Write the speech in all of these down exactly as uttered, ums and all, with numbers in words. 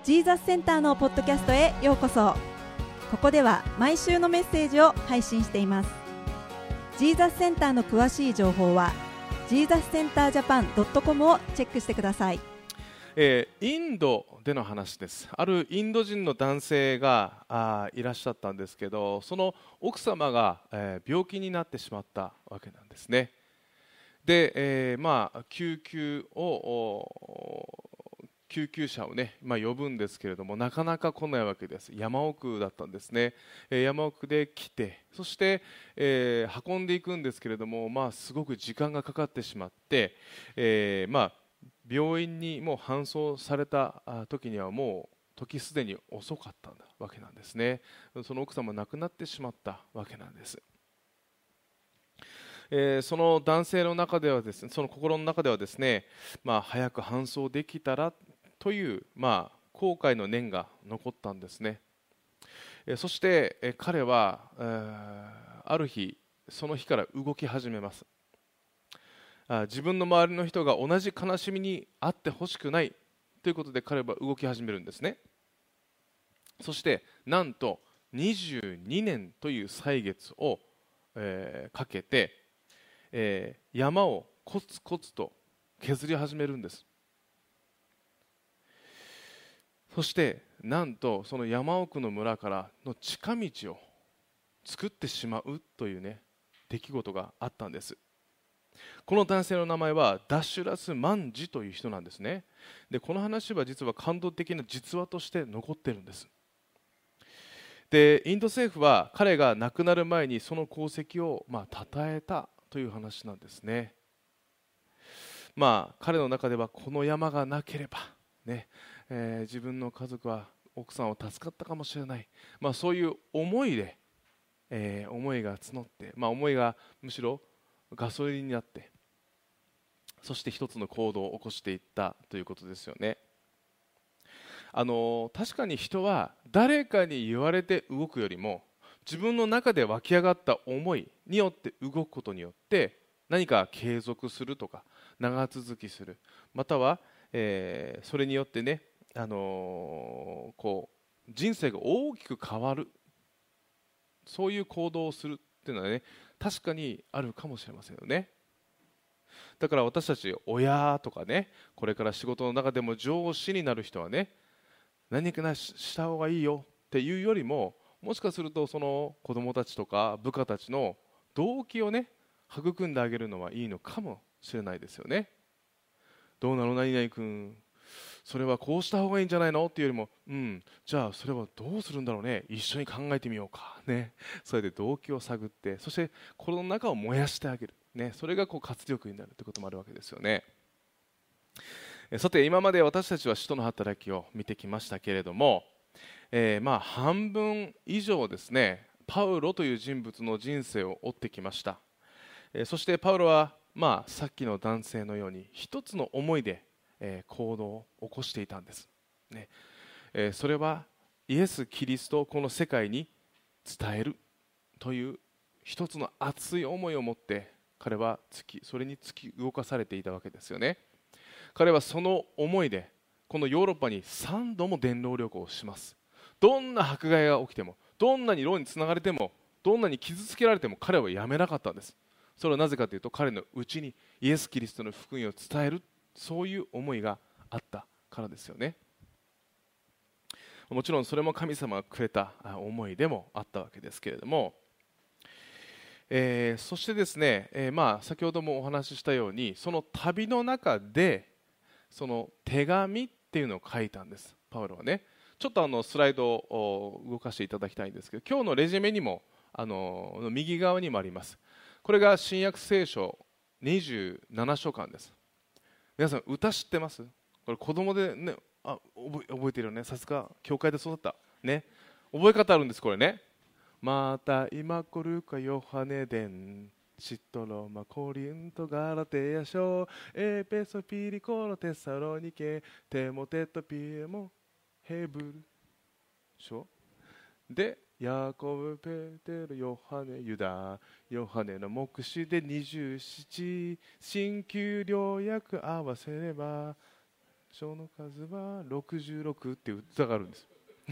ジーザスセンターのポッドキャストへようこそ。ここでは毎週のメッセージを配信しています。ジーザスセンターの詳しい情報は ジーザスセンタージャパンドットコム をチェックしてください。 えー、インドでの話です。あるインド人の男性があいらっしゃったんですけど、その奥様が、えー、病気になってしまったわけなんですね。で、えーまあ、救急を救急車をね、まあ、呼ぶんですけれども、なかなか来ないわけです。山奥だったんですね。えー、山奥で来て、そして、えー、運んでいくんですけれども、まあ、すごく時間がかかってしまって、えーまあ、病院にもう搬送された時にはもう時すでに遅かったわけなんですね。その奥様亡くなってしまったわけなんです。えー、その男性の中ではですね、その心の中ではですね、まあ、早く搬送できたらという、まあ、後悔の念が残ったんですね。えー、そして、えー、彼は、えー、ある日その日から動き始めます。あ自分の周りの人が同じ悲しみにあってほしくないということで彼は動き始めるんですね。そしてなんとにじゅうにねんという歳月を、えー、かけて、えー、山をコツコツと削り始めるんです。そしてなんとその山奥の村からの近道を作ってしまうというね、出来事があったんです。この男性の名前はダッシュラス・マンジという人なんですね。でこの話は実は感動的な実話として残っているんです。でインド政府は彼が亡くなる前にその功績をまあ称えたという話なんですね。まあ彼の中ではこの山がなければね、えー、自分の家族は奥さんを助かったかもしれない、まあ、そういう思いで、えー、思いが募って、まあ、思いがむしろガソリンになって、そして一つの行動を起こしていったということですよね。あの確かに人は誰かに言われて動くよりも自分の中で湧き上がった思いによって動くことによって何か継続するとか長続きする、または、えー、それによってね、あのー、こう人生が大きく変わる、そういう行動をするっていうのはね、確かにあるかもしれませんよね。だから私たち親とかね、これから仕事の中でも上司になる人はね、何かした方がいいよっていうよりも、もしかするとその子供たちとか部下たちの動機をね育んであげるのはいいのかもしれないですよね。どうなの何々君、それはこうした方がいいんじゃないのっていうよりも、うん、じゃあそれはどうするんだろうね、一緒に考えてみようかね、それで動機を探って、そして心の中を燃やしてあげる、ね、それがこう活力になるということもあるわけですよね。さて今まで私たちは使徒の働きを見てきましたけれども、えー、まあ半分以上ですね、パウロという人物の人生を追ってきました。えー、そしてパウロは、まあ、さっきの男性のように一つの思いで、えー、行動を起こしていたんです、ね。えー、それはイエス・キリストをこの世界に伝えるという一つの熱い思いを持って彼は突きそれに突き動かされていたわけですよね。彼はその思いでこのヨーロッパにさんども伝道旅行をします。どんな迫害が起きても、どんなに牢につながれても、どんなに傷つけられても彼はやめなかったんです。それはなぜかというと、彼のうちにイエス・キリストの福音を伝える、そういう思いがあったからですよね。もちろんそれも神様がくれた思いでもあったわけですけれども、えー、そしてですね、えーまあ、先ほどもお話ししたように、その旅の中でその手紙っていうのを書いたんです、パウロはね。ちょっとあのスライドを動かしていただきたいんですけど、今日のレジュメにもあの右側にもあります。これが新約聖書にじゅうなな書簡です。皆さん歌知ってます？これ子供でね、あ覚え、覚えてるよね。さすが教会で育ったね。覚え方あるんです、これね。また今コルカヨハネデンシットロマコリントガラテヤ書エペソピリコのテサロニケテモテトピエモヘブル書でヤコブ、ペテロ、ヨハネ、ユダ、ヨハネの目視でにじゅうなな、新旧良訳合わせれば章の数はろくじゅうろくっていう歌があるんです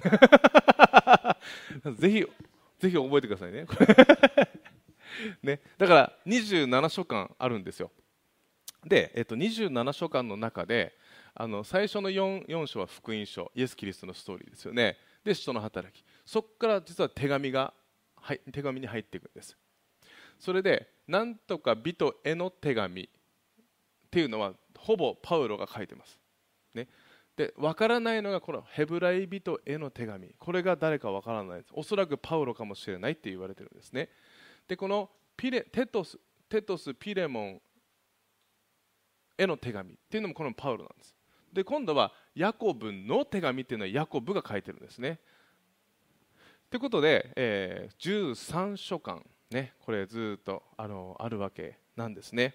ぜひぜひ覚えてくださいねね、だからにじゅうなな書簡あるんですよ。で、えっと、にじゅうなな書簡の中であの最初の 4, 4章は福音書、イエス・キリストのストーリーですよね。で、使徒の働き、そこから実は手紙が、はい、手紙に入っていくんです。それでなんとか美と絵の手紙っていうのはほぼパウロが書いてます、ね、で分からないのがこのヘブライ人への手紙、これが誰か分からないです。おそらくパウロかもしれないって言われてるんですね。でこのピレテトス、テトスピレモンへの手紙っていうのもこのパウロなんです。で今度はヤコブの手紙っていうのはヤコブが書いてるんですね。ということで、えー、じゅうさん書簡、ね、これずっと あのあるわけなんですね。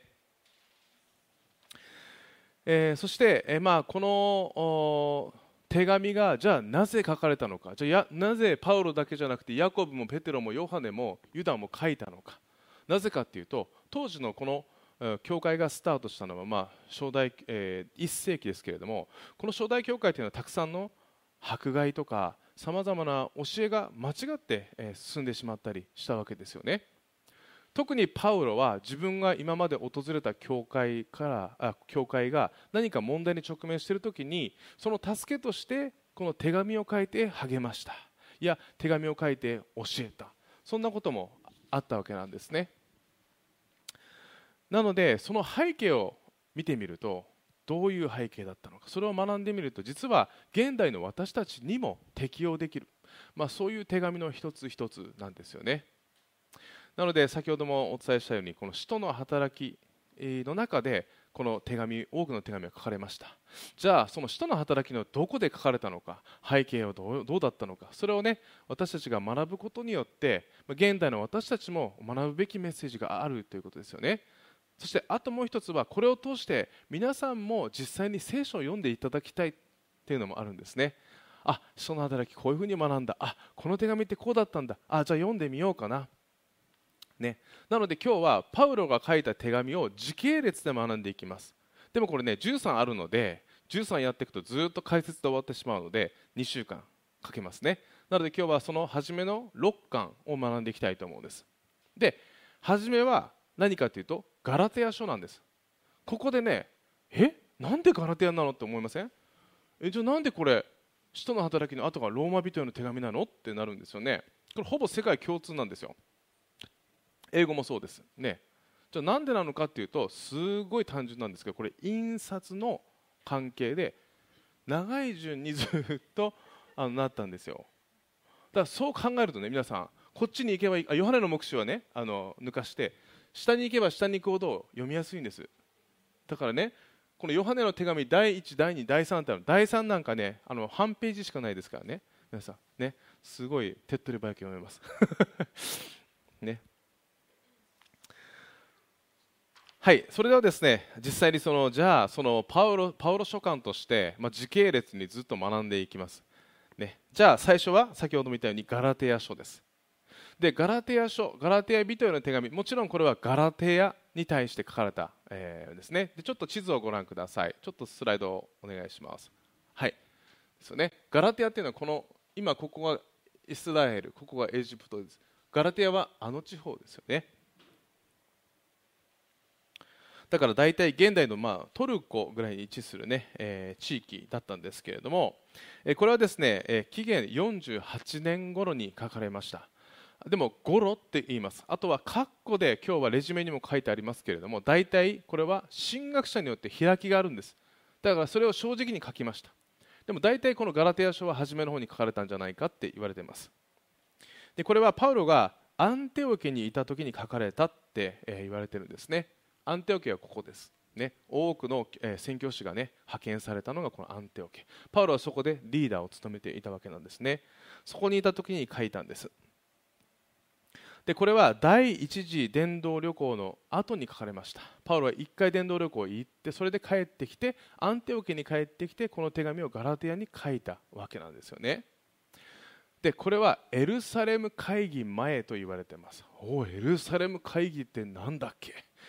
えー、そして、えーまあ、この手紙がじゃあなぜ書かれたのか、じゃあやなぜパウロだけじゃなくてヤコブもペテロもヨハネもユダも書いたのか。なぜかというと、当時のこの教会がスタートしたのは、まあ初代えー、いっ世紀ですけれども、この初代教会というのはたくさんの迫害とかさまざまな教えが間違って、えー、進んでしまったりしたわけですよね。特にパウロは自分が今まで訪れた教会からあ教会が何か問題に直面しているときに、その助けとしてこの手紙を書いて励ました、いや手紙を書いて教えた、そんなこともあったわけなんですね。なのでその背景を見てみると、どういう背景だったのか、それを学んでみると、実は現代の私たちにも適用できる、まあ、そういう手紙の一つ一つなんですよね。なので先ほどもお伝えしたように、この使徒の働きの中でこの手紙、多くの手紙が書かれました。じゃあその使徒の働きのどこで書かれたのか、背景はどう、どうだったのか、それをね私たちが学ぶことによって現代の私たちも学ぶべきメッセージがあるということですよね。そしてあともう一つは、これを通して皆さんも実際に聖書を読んでいただきたいっていうのもあるんですね。あ、使徒の働きこういうふうに学んだ、あ、この手紙ってこうだったんだ、あ、じゃあ読んでみようかなね、なので今日はパウロが書いた手紙を時系列で学んでいきます。でもこれねじゅうさんあるので、じゅうさんやっていくとずっと解説で終わってしまうのでにしゅうかんかけますね。なので今日はその初めのろっかんを学んでいきたいと思うんです。で初めは何かというとガラテヤ書なんです。ここでね、えなんでガラテヤなのって思いません？えじゃあなんでこれ使徒の働きの後がローマ人への手紙なのってなるんですよね。これほぼ世界共通なんですよ。英語もそうですね。じゃあなんでなのかっていうと、すごい単純なんですけど、これ印刷の関係で長い順にずっとあのなったんですよ。だからそう考えるとね、皆さんこっちに行けばいい、あヨハネの黙示はねあの抜かして下に行けば下に行くほど読みやすいんです。だからね、このヨハネの手紙だいいち、だいに、だいさんってある、だいさんなんかねあの半ページしかないですからね。皆さんね、すごい手っ取り早く読めますね。はい、それではですね、実際にそのじゃあそのパウロパウロ書簡として、まあ、時系列にずっと学んでいきます、ね、じゃあ最初は先ほど見たようにガラテヤ書です。でガラテヤ書、ガラテヤ人への手紙、もちろんこれはガラテヤに対して書かれた、えー、ですね。でちょっと地図をご覧ください。ちょっとスライドをお願いします。はいですよね。ガラテヤっていうのはこの今ここがイスラエル、ここがエジプトです。ガラテヤはあの地方ですよね。だから大体現代のまあトルコぐらいに位置する、ねえー、地域だったんですけれども、えー、これはですね、えー、紀元よんじゅうはちねん頃に書かれました。でもゴロって言います。あとはカッコで今日はレジュメにも書いてありますけれども、大体これは神学者によって開きがあるんです。だからそれを正直に書きました。でも大体このガラテヤ書は初めの方に書かれたんじゃないかって言われています。でこれはパウロがアンテオケにいた時に書かれたって、えー、言われてるんですね。アンテオケはここです、ね、多くの、えー、宣教師が、ね、派遣されたのがこのアンテオケ。パウロはそこでリーダーを務めていたわけなんですね。そこにいた時に書いたんです。でこれは第一次伝道旅行の後に書かれました。パウロは一回伝道旅行行って、それで帰ってきてアンテオケに帰ってきて、この手紙をガラテヤに書いたわけなんですよね。でこれはエルサレム会議前と言われています。おエルサレム会議ってなんだっけ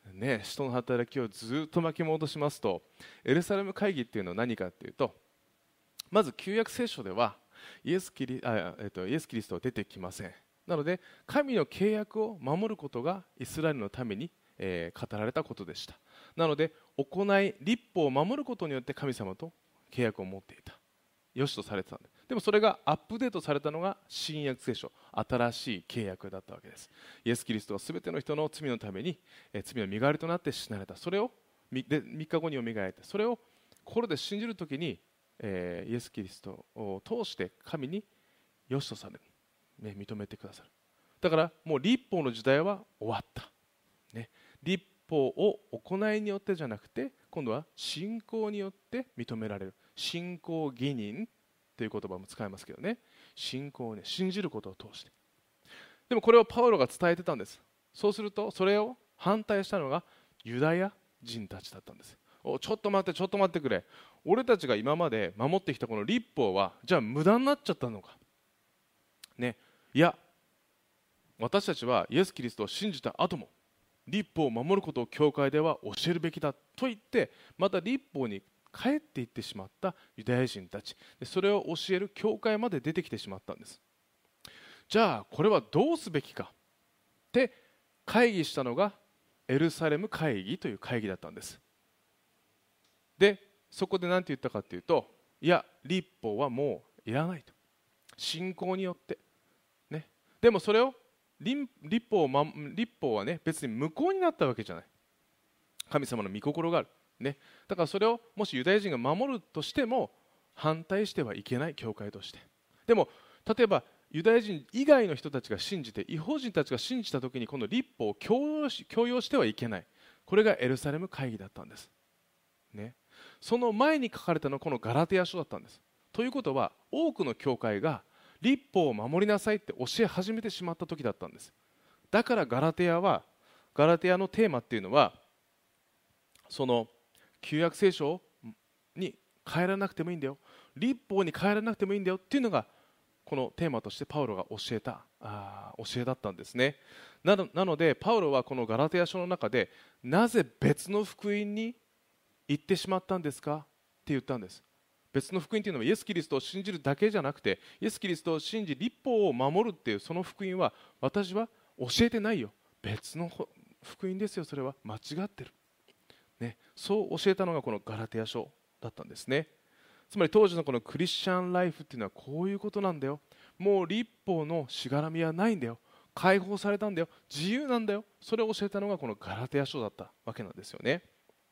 ね、使徒の働きをずっと巻き戻しますと、エルサレム会議っていうのは何かっていうと、まず旧約聖書ではイエスキリ、あ、えっと、イエス・キリストは出てきません。なので神の契約を守ることがイスラエルのために、えー、語られたことでした。なので行い、律法を守ることによって神様と契約を持っていた、よしとされてたんです。でもそれがアップデートされたのが新約聖書、新しい契約だったわけです。イエス・キリストはすべての人の罪のために、えー、罪の身代わりとなって死なれた。それをでみっかごによみがえって、それを心で信じるときに、えー、イエス・キリストを通して神によしとされる、ね、認めてくださる。だからもう律法の時代は終わった、ね、律法を行いによってじゃなくて、今度は信仰によって認められる、信仰義人という言葉も使いますけどね、信仰を、ね、信じることを通して。でもこれをパウロが伝えてたんです。そうするとそれを反対したのがユダヤ人たちだったんです。お、ちょっと待ってちょっと待ってくれ、俺たちが今まで守ってきたこの律法はじゃあ無駄になっちゃったのか、ね、いや私たちはイエス・キリストを信じた後も律法を守ることを教会では教えるべきだと言って、また律法に帰っていってしまったユダヤ人たち、それを教える教会まで出てきてしまったんです。じゃあこれはどうすべきかって会議したのがエルサレム会議という会議だったんです。でそこで何て言ったかというと、いや律法はもういらないと、信仰によって、ね、でもそれを律法を、ま、律法はね別に無効になったわけじゃない、神様の御心がある、ね、だからそれをもしユダヤ人が守るとしても反対してはいけない、教会として。でも例えばユダヤ人以外の人たちが信じて、異邦人たちが信じたときにこの律法を強要し、強要してはいけない、これがエルサレム会議だったんです、ね、その前に書かれたのはこのガラテヤ書だったんです。ということは多くの教会が律法を守りなさいって教え始めてしまった時だったんです。だからガラテヤは、ガラテヤのテーマっていうのは、その旧約聖書に変えらなくてもいいんだよ、律法に変えらなくてもいいんだよっていうのがこのテーマとしてパウロが教えたあ教えだったんですね。なの、なのでパウロはこのガラテヤ書の中で、なぜ別の福音に行ってしまったんですかって言ったんです。別の福音というのはイエス・キリストを信じるだけじゃなくて、イエス・キリストを信じ律法を守るっていうその福音は私は教えてないよ、別の福音ですよ、それは間違ってる、ね、そう教えたのがこのガラテヤ書だったんですね。つまり当時のこのクリスチャンライフっていうのはこういうことなんだよ、もう律法のしがらみはないんだよ、解放されたんだよ、自由なんだよ、それを教えたのがこのガラテヤ書だったわけなんですよね。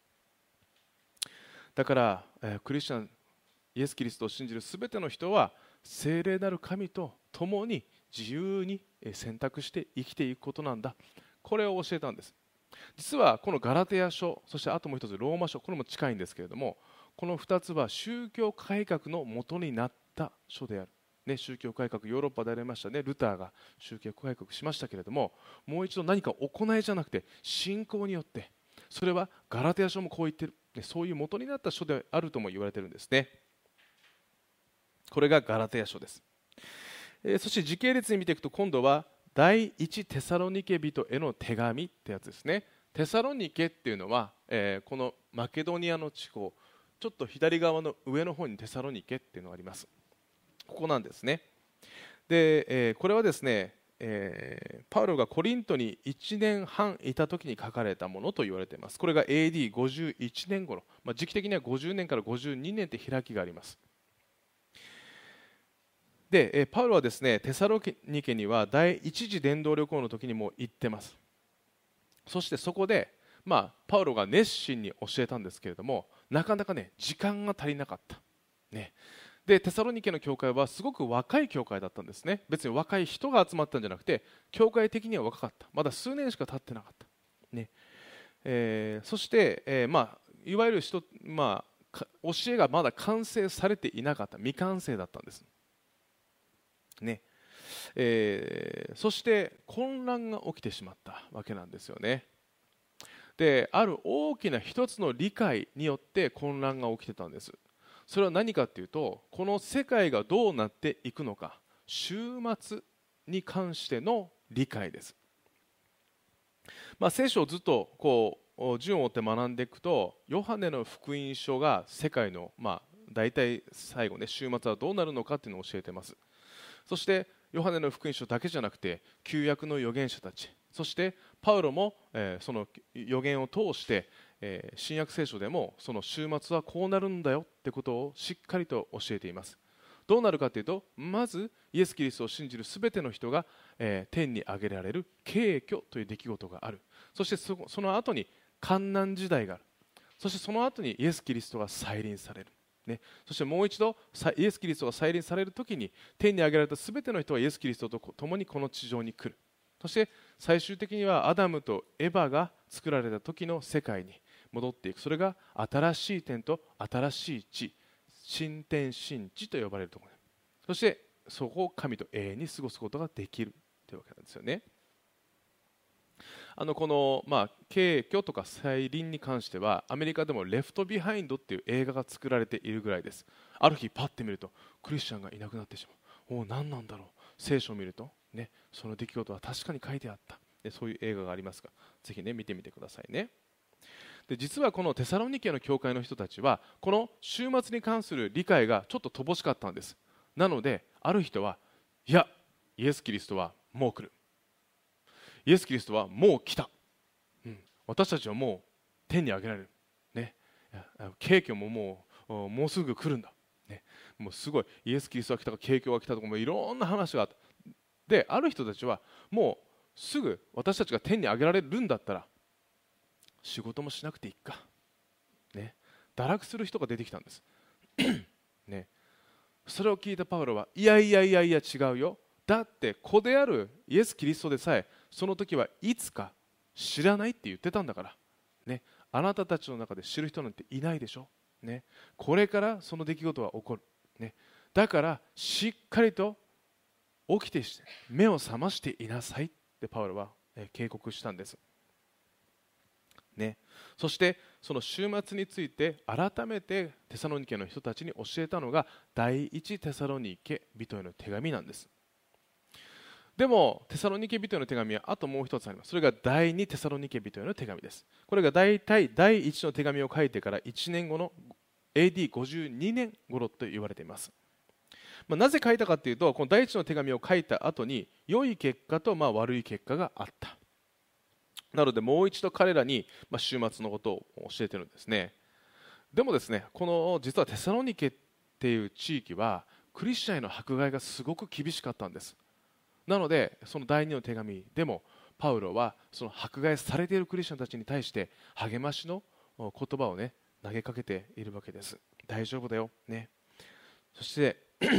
だから、えー、クリスチャン、イエス・キリストを信じるすべての人は聖霊なる神と共に自由に選択して生きていくことなんだ、これを教えたんです。実はこのガラテヤ書、そしてあともう一つローマ書、これも近いんですけれども、このふたつは宗教改革の元になった書である、ね、宗教改革ヨーロッパでありましたね、ルターが宗教改革しましたけれども、もう一度何か行いじゃなくて信仰によって、それはガラテヤ書もこう言ってる、ね、そういう元になった書であるとも言われているんですね。これがガラテヤ書です。えー、そして時系列に見ていくと、今度は第一テサロニケ人への手紙ってやつですね。テサロニケっていうのは、えー、このマケドニアの地方、ちょっと左側の上の方にテサロニケっていうのがあります。ここなんですね。で、えー、これはですね、えー、パウロがコリントにいちねんはんいた時に書かれたものと言われています。これが エーディーごじゅういち 年頃、まあ、時期的にはごじゅうねんからごじゅうにねんって開きがあります。で、えパウロはですね、テサロニケには第一次伝道旅行の時にも行ってます。そしてそこで、まあ、パウロが熱心に教えたんですけれども、なかなかね時間が足りなかった、ね、でテサロニケの教会はすごく若い教会だったんですね。別に若い人が集まったんじゃなくて、教会的には若かった、まだ数年しか経ってなかった、ねえー、そして、えーまあ、いわゆる人、まあ、教えがまだ完成されていなかった、未完成だったんですね。えー、そして混乱が起きてしまったわけなんですよね。で、ある大きな一つの理解によって混乱が起きてたんです。それは何かというと、この世界がどうなっていくのか、終末に関しての理解です。まあ、聖書をずっとこ順を追って学んでいくと、ヨハネの福音書が世界の、まあ、大体最後ね、週末はどうなるのかっていうのを教えています。そしてヨハネの福音書だけじゃなくて、旧約の預言者たち、そしてパウロも、えー、その預言を通して、えー、新約聖書でもその週末はこうなるんだよってことをしっかりと教えています。どうなるかというと、まずイエス・キリストを信じるすべての人が、えー、天に上げられる景挙という出来事がある。そして そ, その後に患難時代がある。そしてその後にイエス・キリストが再臨される、ね、そしてもう一度イエス・キリストが再臨されるときに、天に上げられたすべての人はイエス・キリストと共にこの地上に来る。そして最終的にはアダムとエバが作られた時の世界に戻っていく。それが新しい天と新しい地、新天新地と呼ばれるところ。そしてそこを神と永遠に過ごすことができるというわけなんですよね。あのこの、まあ、景挙とか再臨に関しては、アメリカでもレフトビハインドっていう映画が作られているぐらいです。ある日パッて見るとクリスチャンがいなくなってしまう。おお、何なんだろう。聖書を見ると、ね、その出来事は確かに書いてあった。でそういう映画がありますから、ぜひ、ね、見てみてくださいね。で実はこのテサロニケの教会の人たちは、この週末に関する理解がちょっと乏しかったんです。なのである人は、いや、イエス・キリストはもう来る、イエス・キリストはもう来た、うん、私たちはもう天に上げられる、ね、景挙ももうもうすぐ来るんだ、ね、もうすごい、イエス・キリストが来たか景挙が来たとか、もういろんな話があった。である人たちは、もうすぐ私たちが天に上げられるんだったら仕事もしなくていいか、ね、堕落する人が出てきたんです、ね、それを聞いたパウロは、いやいやいやいや違うよ、だって子であるイエス・キリストでさえその時はいつか知らないって言ってたんだから、ね、あなたたちの中で知る人なんていないでしょ、ね、これからその出来事は起こる、ね、だからしっかりと起きて目を覚ましていなさいってパウロは警告したんです、ね、そしてその週末について改めてテサロニケの人たちに教えたのが第一テサロニケ人への手紙なんです。でもテサロニケ人への手紙はあともう一つあります。それが第二テサロニケ人への手紙です。これが大体第一の手紙を書いてからいちねんごの エーディーごじゅうに 年頃と言われています。まあ、なぜ書いたかというと、この第一の手紙を書いた後に良い結果とまあ悪い結果があった。なのでもう一度彼らにまあ週末のことを教えてるんですね。でもですね、この実はテサロニケっていう地域はクリスチャンへの迫害がすごく厳しかったんです。なのでその第二の手紙でもパウロはその迫害されているクリスチャンたちに対して励ましの言葉をね投げかけているわけです。大丈夫だよ、ね、そして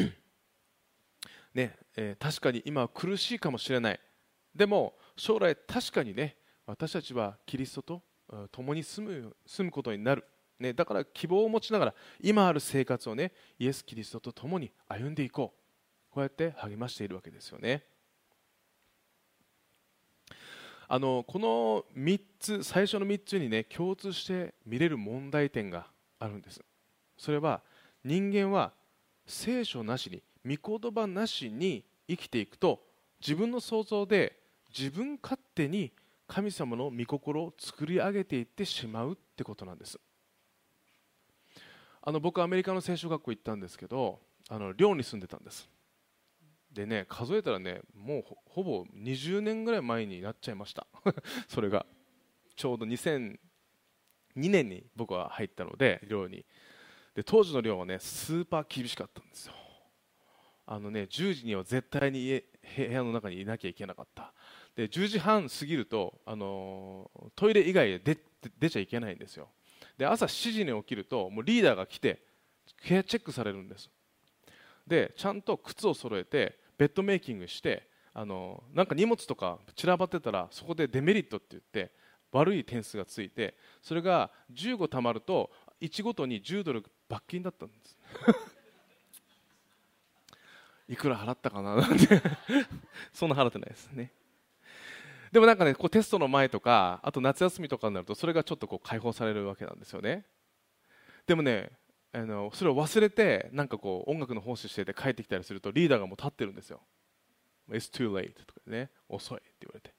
ねえー、確かに今は苦しいかもしれない。でも将来確かにね、私たちはキリストと共に住む、住むことになる、ね、だから希望を持ちながら今ある生活をねイエス・キリストと共に歩んでいこう、こうやって励ましているわけですよね。あのこのみっつ、最初のみっつにね共通して見れる問題点があるんです。それは人間は聖書なしに、御言葉なしに生きていくと、自分の想像で自分勝手に神様の御心を作り上げていってしまうってことなんです。あの僕アメリカの聖書学校行ったんですけど、あの寮に住んでたんです。でね、数えたらね、もう ほ, ほぼにじゅうねんぐらい前になっちゃいましたそれがちょうどにせんにねんに僕は入ったので、寮に。で当時の寮はねスーパー厳しかったんですよ。あのね、じゅうじには絶対に家部屋の中にいなきゃいけなかった。でじゅうじはん過ぎると、あのー、トイレ以外で 出, 出ちゃいけないんですよ。で朝しちじに起きるともうリーダーが来てケアチェックされるんです。でちゃんと靴を揃えてベッドメイキングして、あのー、なんか荷物とか散らばってたらそこでデメリットって言って悪い点数がついて、それがじゅうごたまるといちごとにじゅうドル罰金だったんですいくら払ったかななんてそんな払ってないですね。でもなんかね、こうテストの前とか、あと夏休みとかになるとそれがちょっとこう解放されるわけなんですよね。でもね、あのそれを忘れてなんかこう音楽の奉仕してて帰ってきたりすると、リーダーがもう立ってるんですよ。 It's too late とかね、遅いって言われて、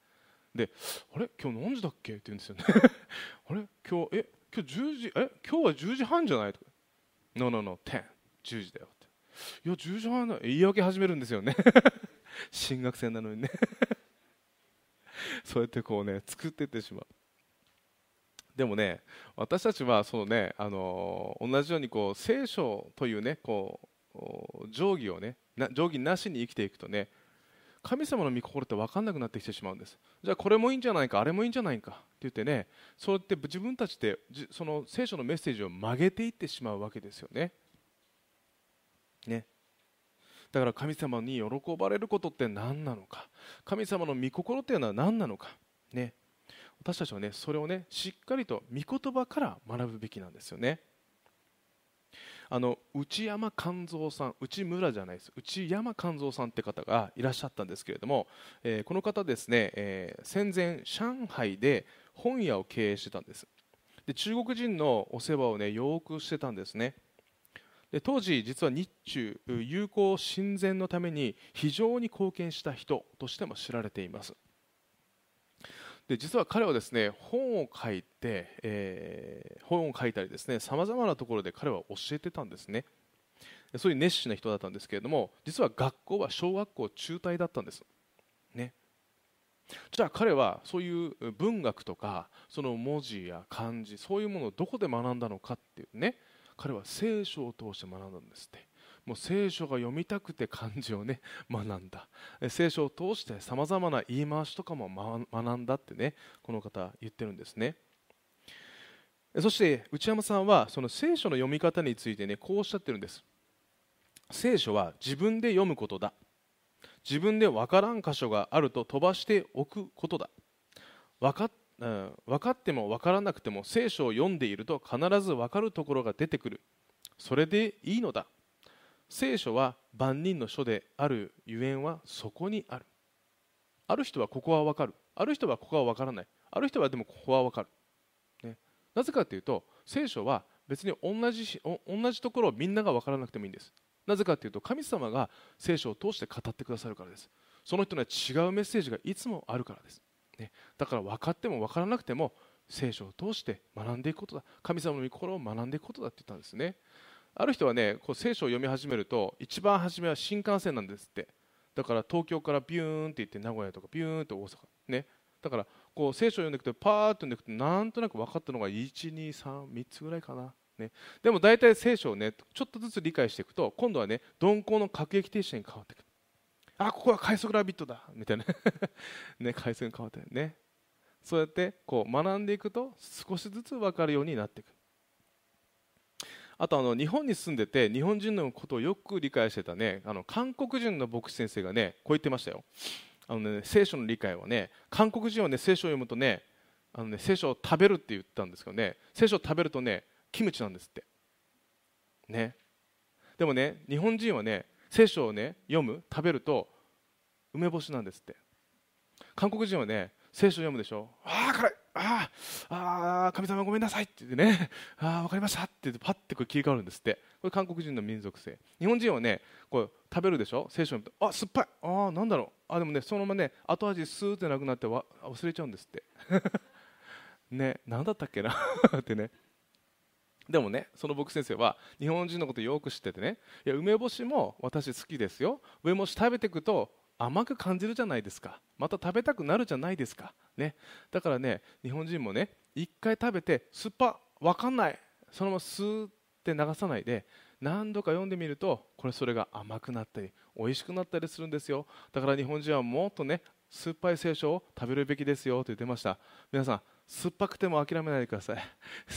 で、あれ今日何時だっけって言うんですよねあれ今日え今日じゅうじえ今日はじゅうじはんじゃないとか、ノーノーノー、テン、じゅうじだよって、いやじゅうじはんだ、言い訳始めるんですよね新学生なのにねそうやってこうね作っていってしまう。でもね、私たちはそのね、あのー同じようにこう聖書というねこう定規をねな定規なしに生きていくとね、神様の御心って分かんなくなってきてしまうんです。じゃあこれもいいんじゃないか、あれもいいんじゃないかって言ってね、そうやって自分たちでじその聖書のメッセージを曲げていってしまうわけですよね。ね。だから神様に喜ばれることって何なのか、神様の御心っていうのは何なのか、ね、私たちはねそれをねしっかりと御言葉から学ぶべきなんですよね。あの内山勘三さん、内村じゃないです、内山勘三さんって方がいらっしゃったんですけれども、えーこの方ですね、えー戦前上海で本屋を経営してたんです。で中国人のお世話をねよくしてたんですね。で当時実は日中友好親善のために非常に貢献した人としても知られています。で実は彼はですね本を書いて、えー本を書いたりですね、さまざまなところで彼は教えてたんですね。でそういう熱心な人だったんですけれども、実は学校は小学校中退だったんですね。じゃあ彼はそういう文学とかその文字や漢字、そういうものをどこで学んだのかっていうね、彼は聖書を通して学んだんですって。もう聖書が読みたくて漢字をね学んだ、え聖書を通してさまざまな言い回しとかもま学んだってね、この方言ってるんですね。えそして内山さんはその聖書の読み方についてねこうおっしゃってるんです。聖書は自分で読むことだ、自分で分からん箇所があると飛ばしておくことだ、分かっうん、分かっても分からなくても聖書を読んでいると必ず分かるところが出てくる、それでいいのだ、聖書は万人の書であるゆえんはそこにある、ある人はここは分かる、ある人はここは分からない、ある人はでもここは分かる、ね、なぜかというと聖書は別に同じ同じところをみんなが分からなくてもいいんです。なぜかというと神様が聖書を通して語ってくださるからです。その人には違うメッセージがいつもあるからです、ね、だから分かっても分からなくても聖書を通して学んでいくことだ、神様の御心を学んでいくことだって言ったんですね。ある人はねこう聖書を読み始めると一番初めは新幹線なんですって。だから東京からビューンって行って名古屋とかビューンって大阪ね、だからこう聖書を読んでいくとパーッと読んでいくとなんとなく分かったのがいち、に、さん、みっつぐらいかな、ね、でも大体聖書をねちょっとずつ理解していくと今度はね鈍行の各駅停車に変わっていく。あ、ここは快速ラビットだみたいなね、回線変わってね、そうやってこう学んでいくと少しずつ分かるようになっていく。あとあの日本に住んでて日本人のことをよく理解してたねあの韓国人の牧師先生がねこう言ってましたよ。あの、ね、聖書の理解はね、韓国人はね聖書を読むとね、あのね聖書を食べるって言ったんですけどね、聖書を食べるとねキムチなんですってね。でもね日本人はね聖書をね読む食べると梅干しなんですって。韓国人はね聖書を読むでしょ、ああ辛い、ああ神様ごめんなさいって言ってね、ああ分かりましたって言ってパッてこれ切り替わるんですって。これ韓国人の民族性。日本人はねこう食べるでしょ、聖書を読むとあ酸っぱい、ああなんだろう、あでもねそのままね後味スーってなくなってわ忘れちゃうんですってね、なんだったっけなってね。でもねその僕先生は日本人のことをよく知っててね、いや梅干しも私好きですよ、梅干し食べていくと甘く感じるじゃないですか、また食べたくなるじゃないですか、ね、だからね日本人もね一回食べて酸っぱ分かんないそのままスーって流さないで何度か読んでみるとこれそれが甘くなったり美味しくなったりするんですよ。だから日本人はもっとね酸っぱい聖書を食べるべきですよと言ってました。皆さん酸っぱくても諦めないでください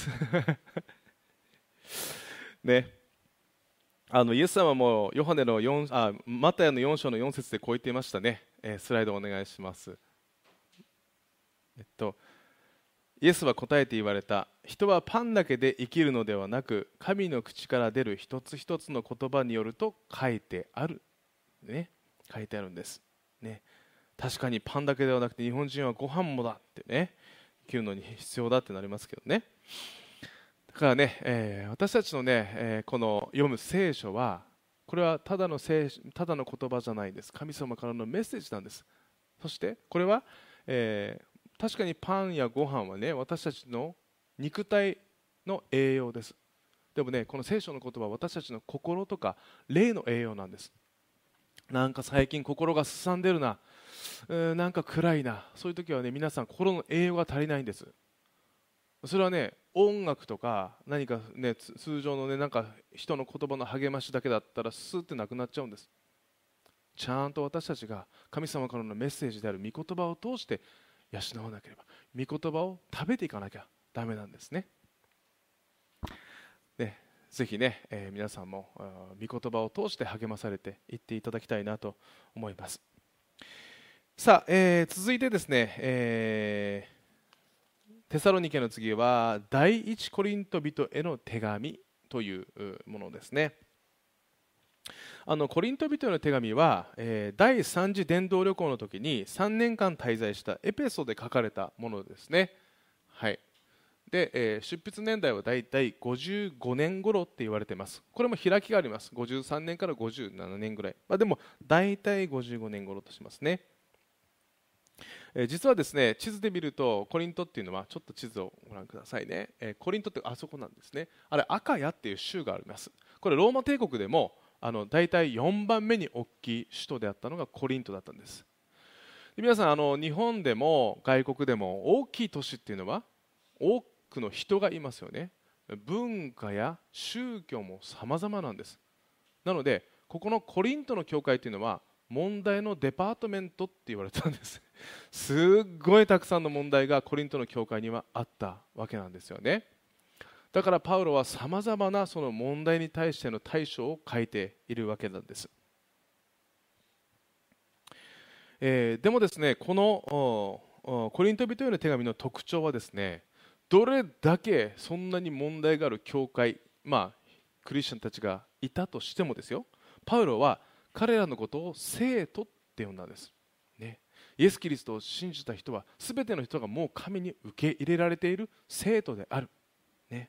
ね、あのイエス様もヨハネのよんあマタイのよん章のよん節でこう言っていましたね、えー、スライドお願いします。えっとイエスは答えて言われた、人はパンだけで生きるのではなく神の口から出る一つ一つの言葉によると書いてある、ね、書いてあるんです、ね、確かにパンだけではなくて日本人はご飯もだってね、生きるのに必要だってなりますけどね。だからね、えー、私たちのね、えー、この読む聖書はこれはただの聖ただの言葉じゃないんです。神様からのメッセージなんです。そしてこれは、 えー確かにパンやご飯はね、私たちの肉体の栄養です。でもね、この聖書の言葉は私たちの心とか霊の栄養なんです。なんか最近心がすさんでるな、うーんなんか暗いな、そういう時はね、皆さん心の栄養が足りないんです。それはね、音楽とか何かね、つ通常のね、なんか人の言葉の励ましだけだったらスーってなくなっちゃうんです。ちゃんと私たちが神様からのメッセージである御言葉を通して養わなければ、御言葉を食べていかなきゃダメなんですね。ね、ぜひね、えー皆さんもあー御言葉を通して励まされていっていただきたいなと思います。さあ、えー続いてですね、えーテサロニケの次は第一コリント人への手紙といううものですね。あのコリント人への手紙は、えー第三次伝道旅行の時にさんねんかん滞在したエペソで書かれたものですね。はい。で、えー出筆年代はだいたいごじゅうごねん頃って言われています。これも開きがあります。ごじゅうさんねんからごじゅうななねんぐらい、まあ、でもだいたいごじゅうごねん頃としますね。えー実はですね、地図で見るとコリントっていうのは、ちょっと地図をご覧くださいね。えーコリントってあそこなんですね。あれアカヤっていう州があります。これローマ帝国でもあのだいたいよんばんめに大きい首都であったのがコリントだったんです。で皆さん、あの日本でも外国でも大きい都市っていうのは多くの人がいますよね。文化や宗教も様々なんです。なのでここのコリントの教会というのは問題のデパートメントって言われたんです。すっごいたくさんの問題がコリントの教会にはあったわけなんですよね。だからパウロはさまざまなその問題に対しての対処を書いているわけなんです。えーでもですね、このおおコリント人への手紙の特徴はですね、どれだけそんなに問題がある教会、まあ、クリスチャンたちがいたとしてもですよ、パウロは彼らのことを聖徒って呼んだんです、ね、イエス・キリストを信じた人は全ての人がもう神に受け入れられている聖徒である、ね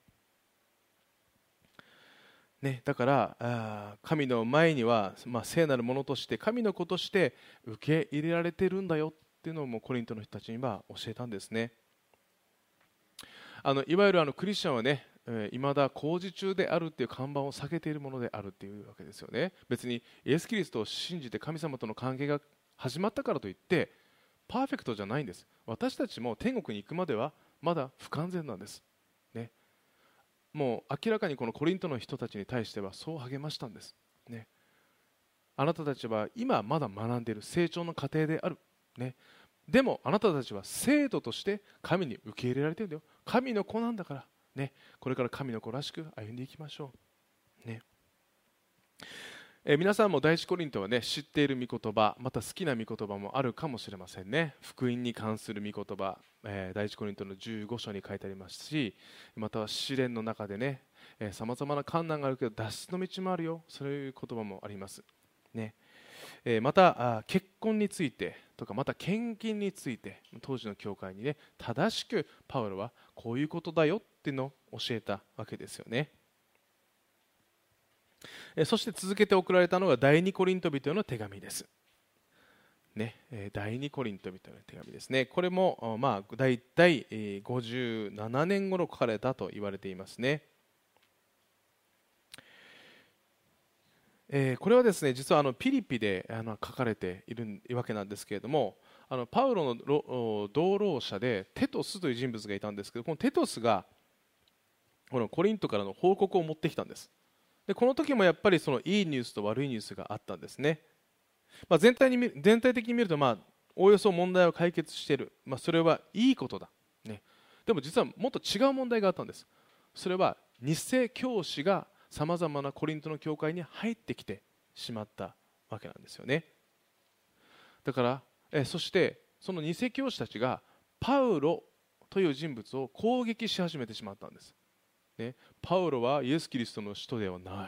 ね、だからあー神の前には、まあ、聖なるものとして神の子として受け入れられているんだよっていうのをもうコリントの人たちには教えたんですね。あのいわゆるあのクリスチャンはね、えー、未だ工事中であるっていう看板を避けているものであるっていうわけですよね。別にイエス・キリストを信じて神様との関係が始まったからといってパーフェクトじゃないんです。私たちも天国に行くまではまだ不完全なんです、ね、もう明らかにこのコリントの人たちに対してはそう励ましたんです、ね、あなたたちは今まだ学んでいる成長の過程である、ね、でもあなたたちは生徒として神に受け入れられているんだよ、神の子なんだから、ね、これから神の子らしく歩んでいきましょう、ねえー皆さんも第一コリントはね、知っている御言葉、また好きな御言葉もあるかもしれませんね。福音に関する御言葉、えー第一コリントのじゅうご章に書いてありますし、または試練の中でね、さまざまな困難があるけど脱出の道もあるよ、そういう言葉もあります、ねえーまたあ結婚についてとか、また献金について当時の教会にね、正しくパウロはこういうことだよっていうのを教えたわけですよね。えーそして続けて送られたのが第二コリント人への手紙です、ねえー第二コリント人への手紙ですね。これも、あまあ、だいたいえーごじゅうななねん頃書かれたと言われていますね。えーこれはですね、実はあのピリピであの書かれているわけなんですけれども、あのパウロのろお同労者でテトスという人物がいたんですけど、このテトスがこのコリントからの報告を持ってきたんです。でこの時もやっぱりそのいいニュースと悪いニュースがあったんですね。まあ、全体に見全体的に見ると、まあ、おおよそ問題を解決している、まあ、それはいいことだ、ね、でも実はもっと違う問題があったんです。それは偽教師がさまざまなコリントの教会に入ってきてしまったわけなんですよね。だからえそしてその偽教師たちがパウロという人物を攻撃し始めてしまったんです、ね、パウロはイエス・キリストの使徒ではない、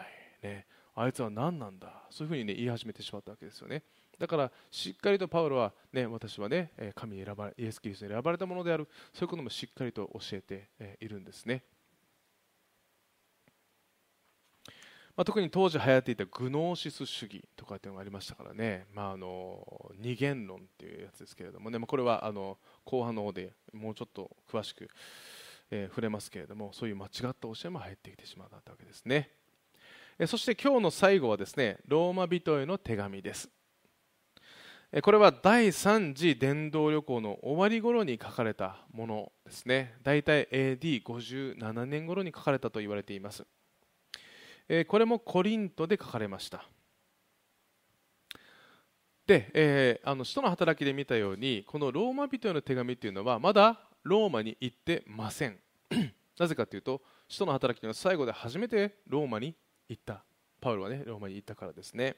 ね、あいつは何なんだ、そういうふうに、ね、言い始めてしまったわけですよね。だからしっかりとパウロは、ね、私は、ね、神に選ばれイエス・キリストに選ばれたものである、そういうこともしっかりと教えているんですね。 まあ、特に当時流行っていたグノーシス主義とかっていうのがありましたからね、まあ、あの二元論っていうやつですけれどもね、まあ、これはあの後半の方でもうちょっと詳しく、えー触れますけれども、そういう間違った教えも入ってきてしまったわけですね。えーそして今日の最後はですね、ローマ人への手紙です。えーこれは第三次伝道旅行の終わり頃に書かれたものですね。だいたい エーディーごじゅうなな 年頃に書かれたと言われています。えーこれもコリントで書かれました。で、えーあの使徒の働きで見たように、このローマ人への手紙というのはまだローマに行ってません。なぜかというと、使徒の働きというのは最後で初めてローマに行った、パウロはね、ローマに行ったからですね。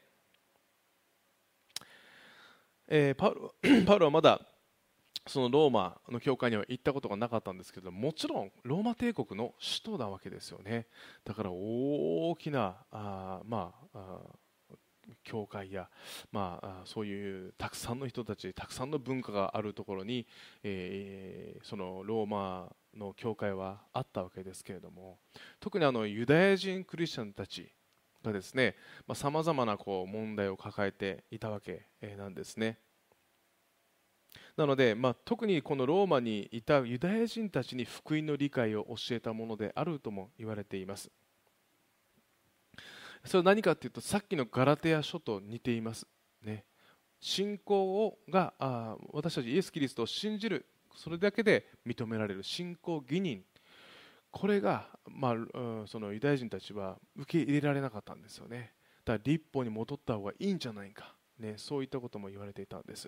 えーパウロパウロはまだそのローマの教会には行ったことがなかったんですけど、もちろんローマ帝国の首都なわけですよね。だから大きなあー、まあ、あー教会や、まあ、あーそういうたくさんの人たち、たくさんの文化があるところに、えーそのローマの教会はあったわけですけれども、特にあのユダヤ人クリスチャンたちがですね、さまざ、まなこう問題を抱えていたわけえーなんですね。なので、まあ、特にこのローマにいたユダヤ人たちに福音の理解を教えたものであるとも言われています。それは何かというと、さっきのガラテヤ書と似ています、ね、信仰をがあ私たちイエス・キリストを信じる、それだけで認められる信仰義人、これが、まあ、うんそのユダヤ人たちは受け入れられなかったんですよね。だから立法に戻った方がいいんじゃないか、ね、そういったことも言われていたんです。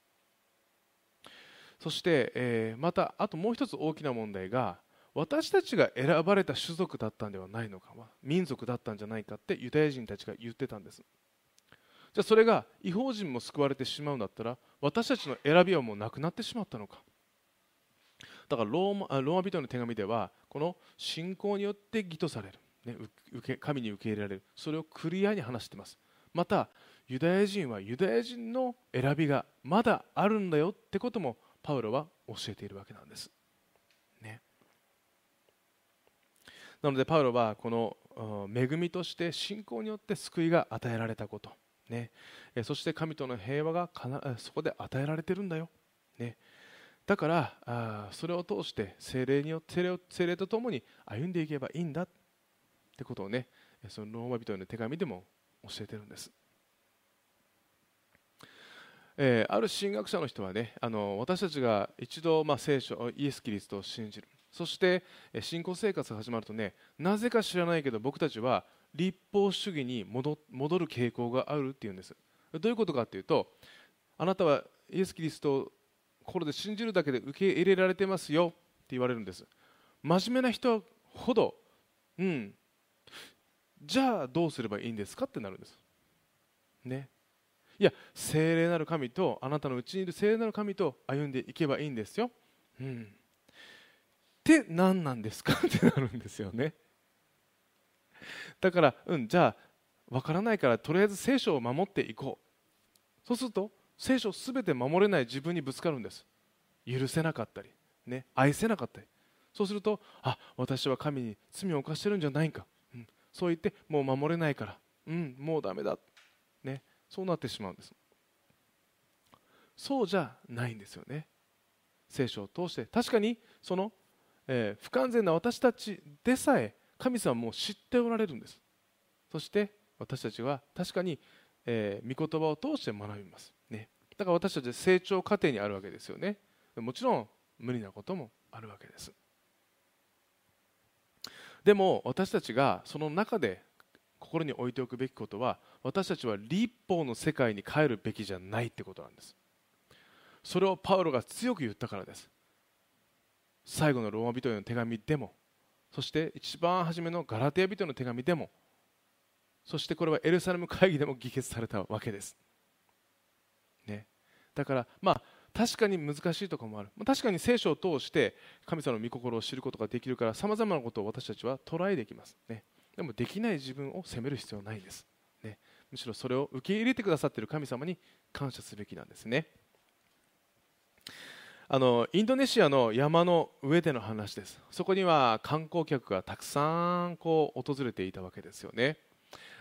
そして、えーまたあともう一つ大きな問題が、私たちが選ばれた種族だったんではないのか、民族だったんじゃないかってユダヤ人たちが言ってたんです。じゃあそれが異邦人も救われてしまうんだったら、私たちの選びはもうなくなってしまったのか。だからローマあローマ人の手紙では、この信仰によって義とされる、ね、受け神に受け入れられる、それをクリアに話しています。またユダヤ人はユダヤ人の選びがまだあるんだよってこともパウロは教えているわけなんです、ね、なのでパウロはこのうん恵みとして信仰によって救いが与えられたこと、ね、えそして神との平和がかなそこで与えられているんだよ、ね、だからあそれを通して聖霊によって聖霊を聖霊とともに歩んでいけばいいんだってことをね、そのローマ人への手紙でも教えてるんです。えーある神学者の人はね、あの私たちが一度、まあ、聖書イエス・キリストを信じる、そしてえー信仰生活が始まるとね、なぜか知らないけど僕たちは立法主義に戻戻る傾向があるっていうんです。どういうことかというと、あなたはイエス・キリストを心で信じるだけで受け入れられてますよって言われるんです。真面目な人ほど、うんじゃあどうすればいいんですかってなるんですね。いや、聖霊なる神とあなたのうちにいる聖霊なる神と歩んでいけばいいんですよ、うん、って何なんですかってなるんですよね。だから、うん、じゃあ分からないからとりあえず聖書を守っていこう。そうすると聖書を全て守れない自分にぶつかるんです。許せなかったり、ね、愛せなかったり、そうすると、あ、私は神に罪を犯してるんじゃないか、うん、そう言ってもう守れないから、うん、もうダメだ、ね、そうなってしまうんです。そうじゃないんですよね。聖書を通して確かにその、えー不完全な私たちでさえ神様はもう知っておられるんです。そして私たちは確かに、えー御言葉を通して学びます、ね、だから私たちは成長過程にあるわけですよね。もちろん無理なこともあるわけです。でも私たちがその中で心に置いておくべきことは、私たちは律法の世界に帰るべきじゃないってことなんです。それをパウロが強く言ったからです。最後のローマ人への手紙でも、そして一番初めのガラテヤ人への手紙でも、そしてこれはエルサレム会議でも議決されたわけです、ね、だからまあ確かに難しいところもある。確かに聖書を通して神様の御心を知ることができるから、さまざまなことを私たちはトライできます、ね、でもできない自分を責める必要はないです、ね、むしろそれを受け入れてくださっている神様に感謝すべきなんですね。あのインドネシアの山の上での話です。そこには観光客がたくさんこう訪れていたわけですよね。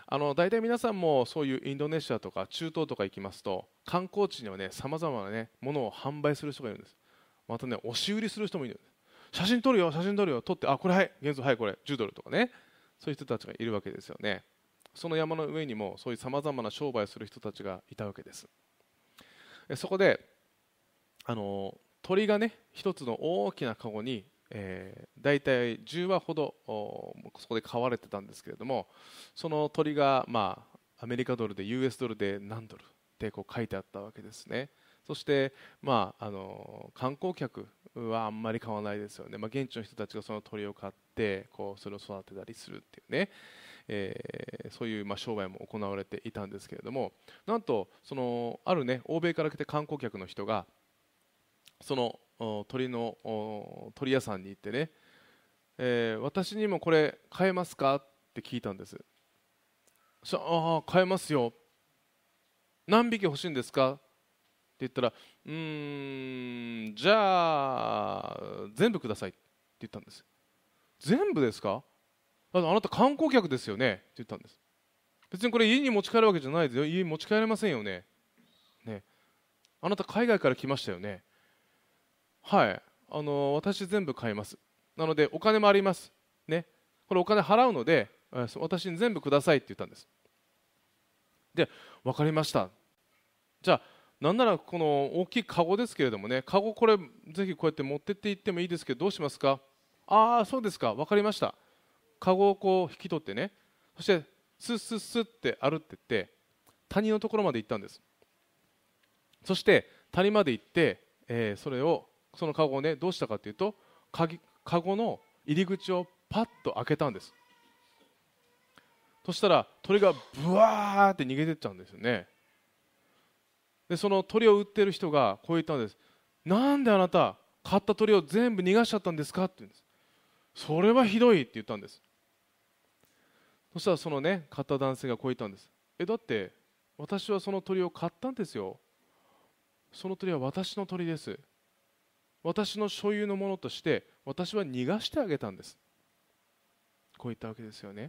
あの大体皆さんもそういうインドネシアとか中東とか行きますと、観光地にはね、さまざまなねものを販売する人がいるんです。またね、押し売りする人もいるんです。写真撮るよ、写真撮るよ、撮って、あ、これはい、現像、はい、これじゅうドルとかね、そういう人たちがいるわけですよね。その山の上にもそういうさまざまな商売をする人たちがいたわけです。そこであの鳥がね、一つの大きなカゴに、えー、大体じゅう羽ほどそこで飼われてたんですけれども、その鳥が、まあ、アメリカドルで ユーエス ドルで何ドルってこう書いてあったわけですね。そして、まあ、あの観光客はあんまり買わないですよね。まあ、現地の人たちがその鳥を買ってこうそれを育てたりするっていうね、えー、そういうまあ商売も行われていたんですけれども、なんとそのあるね、欧米から来て観光客の人がその鳥の鳥屋さんに行ってね、えー、私にもこれ買えますかって聞いたんです。そしたら、ああ買えますよ、何匹欲しいんですかって言ったら、うーんじゃあ全部くださいって言ったんです。全部ですか、あなた観光客ですよねって言ったんです。別にこれ家に持ち帰るわけじゃないですよ、家に持ち帰れませんよね。ね、あなた海外から来ましたよね。はい、あの私全部買います。なのでお金もありますね、これお金払うので私に全部くださいって言ったんです。で、分かりました、じゃあなんならこの大きいカゴですけれどもね、カゴこれぜひこうやって持ってっていってもいいですけどどうしますか。ああそうですか、分かりました。カゴをこう引き取ってね、そしてスッスッスッって歩ってって谷のところまで行ったんです。そして谷まで行って、えー、それをそのカゴをねどうしたかというと、カゴの入り口をパッと開けたんです。そしたら鳥がブワーって逃げてっちゃうんですよね。でその鳥を売ってる人がこう言ったんです。なんであなた買った鳥を全部逃がしちゃったんですかって言うんです。それはひどいって言ったんです。そしたらそのね買った男性がこう言ったんです。えだって私はその鳥を買ったんですよ、その鳥は私の鳥です、私の所有のものとして私は逃がしてあげたんです、こう言ったわけですよね。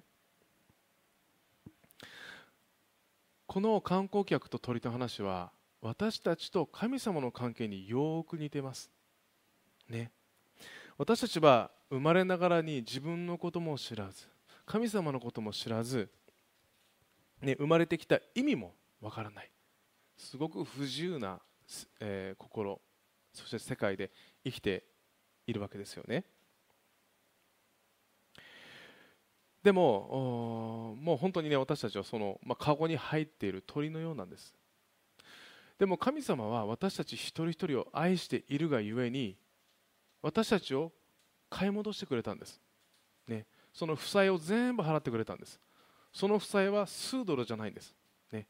この観光客と鳥の話は私たちと神様の関係によく似てますね。私たちは生まれながらに自分のことも知らず神様のことも知らず、ね、生まれてきた意味もわからない、すごく不自由な、えー、心、そして世界で生きているわけですよね。でももう本当にね私たちはその、まあ、カゴに入っている鳥のようなんです。でも神様は私たち一人一人を愛しているがゆえに私たちを買い戻してくれたんです、ね、その負債を全部払ってくれたんです。その負債は数ドルじゃないんです、ね、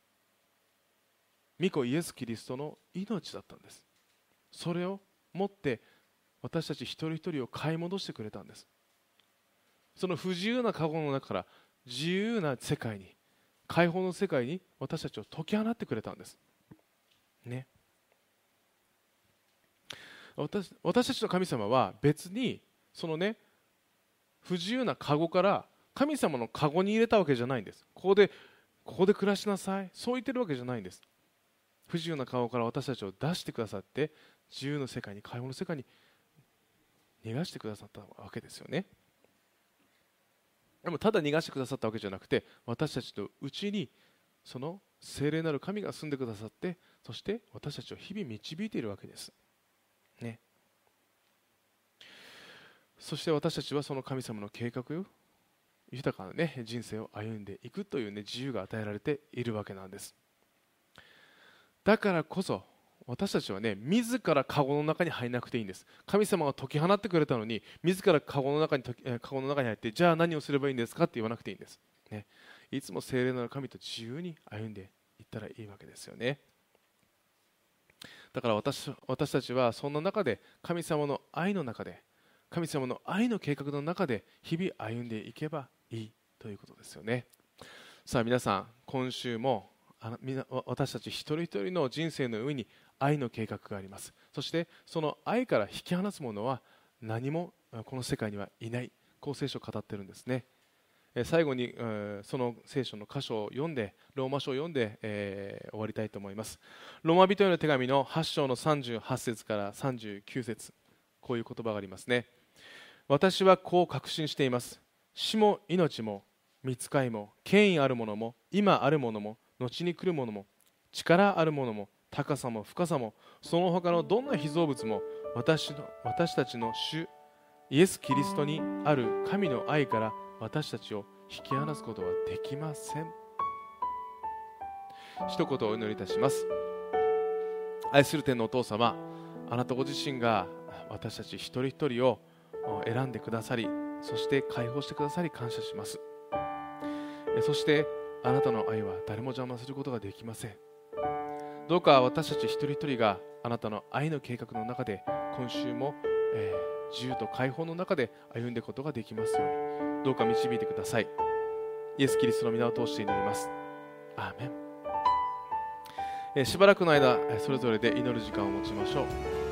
御子イエス・キリストの命だったんです。それを持って私たち一人一人を買い戻してくれたんです。その不自由なカゴの中から自由な世界に、解放の世界に私たちを解き放ってくれたんですね。私、私たちの神様は別にそのね不自由なカゴから神様のカゴに入れたわけじゃないんです。ここでここで暮らしなさい、そう言ってるわけじゃないんです。不自由なカゴから私たちを出してくださって自由の世界に、解放の世界に逃がしてくださったわけですよね。でもただ逃がしてくださったわけじゃなくて、私たちのうちにその聖霊なる神が住んでくださって、そして私たちを日々導いているわけですね。そして私たちはその神様の計画を豊かな、ね、人生を歩んでいくという、ね、自由が与えられているわけなんです。だからこそ私たちはね自らカゴの中に入らなくていいんです。神様が解き放ってくれたのに自らカゴの中にカゴの中に入ってじゃあ何をすればいいんですかって言わなくていいんです、ね、いつも聖霊なる神と自由に歩んでいったらいいわけですよね。だから 私, 私たちはそんな中で神様の愛の中で神様の愛の計画の中で日々歩んでいけばいいということですよね。さあ皆さん、今週もあのみな私たち一人一人の人生の上に愛の計画があります。そしてその愛から引き離す者は何もこの世界にはいない、こう聖書を語っているんですね。 最後にその聖書の箇所を読んで、ローマ書を読んで、えー、終わりたいと思います。ローマ人への手紙のはち章のさんじゅうはち節からさんじゅうきゅう節、こういう言葉がありますね。私はこう確信しています。死も命も御使いも権威あるものも今あるものも後に来るものも力あるものも高さも深さもその他のどんな被造物も 私, の私たちの主イエス・キリストにある神の愛から私たちを引き離すことはできません。一言お祈りいたします。愛する天のお父様、あなたご自身が私たち一人一人を選んでくださり、そして解放してくださり感謝します。そしてあなたの愛は誰も邪魔することができません。どうか私たち一人一人があなたの愛の計画の中で今週も、えー、自由と解放の中で歩んでいくことができますように、どうか導いてください。イエス・キリストの皆を通して祈ります。アーメン。えー、しばらくの間それぞれで祈る時間を持ちましょう。